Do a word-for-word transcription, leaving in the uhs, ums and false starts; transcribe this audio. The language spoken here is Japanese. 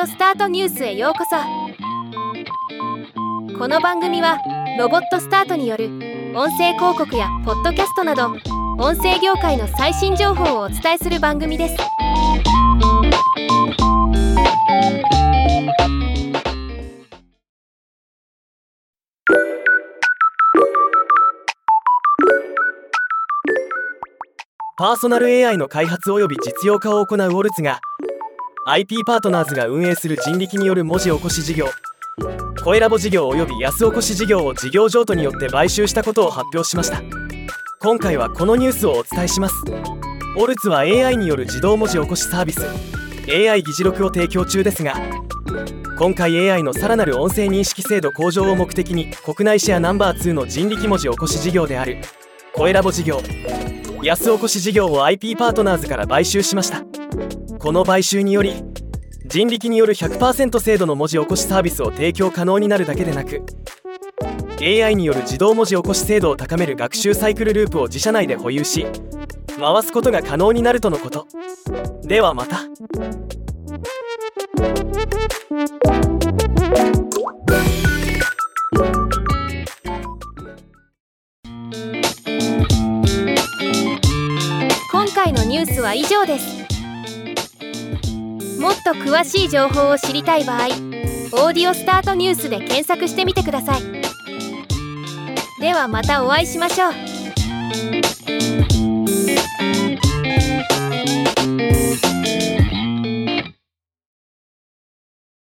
オスタートニュースへようこそ。この番組はロボットスタートによる音声広告やポッドキャストなど音声業界の最新情報をお伝えする番組です。 パーソナル エーアイ の開発及び実用化を行うオルツが アイピー パートナーズが運営する人力による文字起こし事業声ラボ事業及び安起こし事業を事業譲渡によって買収したことを発表しました。今回はこのニュースをお伝えします。オルツは エーアイ による自動文字起こしサービス エーアイ 議事録を提供中ですが、今回 エーアイ のさらなる音声認識精度向上を目的に国内シェアナンバーツーの人力文字起こし事業である声ラボ事業安起こし事業を アイピー パートナーズから買収しました。この買収により人力による ひゃくパーセント 精度の文字起こしサービスを提供可能になるだけでなく エーアイ による自動文字起こし精度を高める学習サイクルループを自社内で保有し回すことが可能になるとのこと。ではまた。 今回のニュースは以上です。もっと詳しい情報を知りたい場合、オーディオスタートニュースで検索してみてください。ではまたお会いしましょう。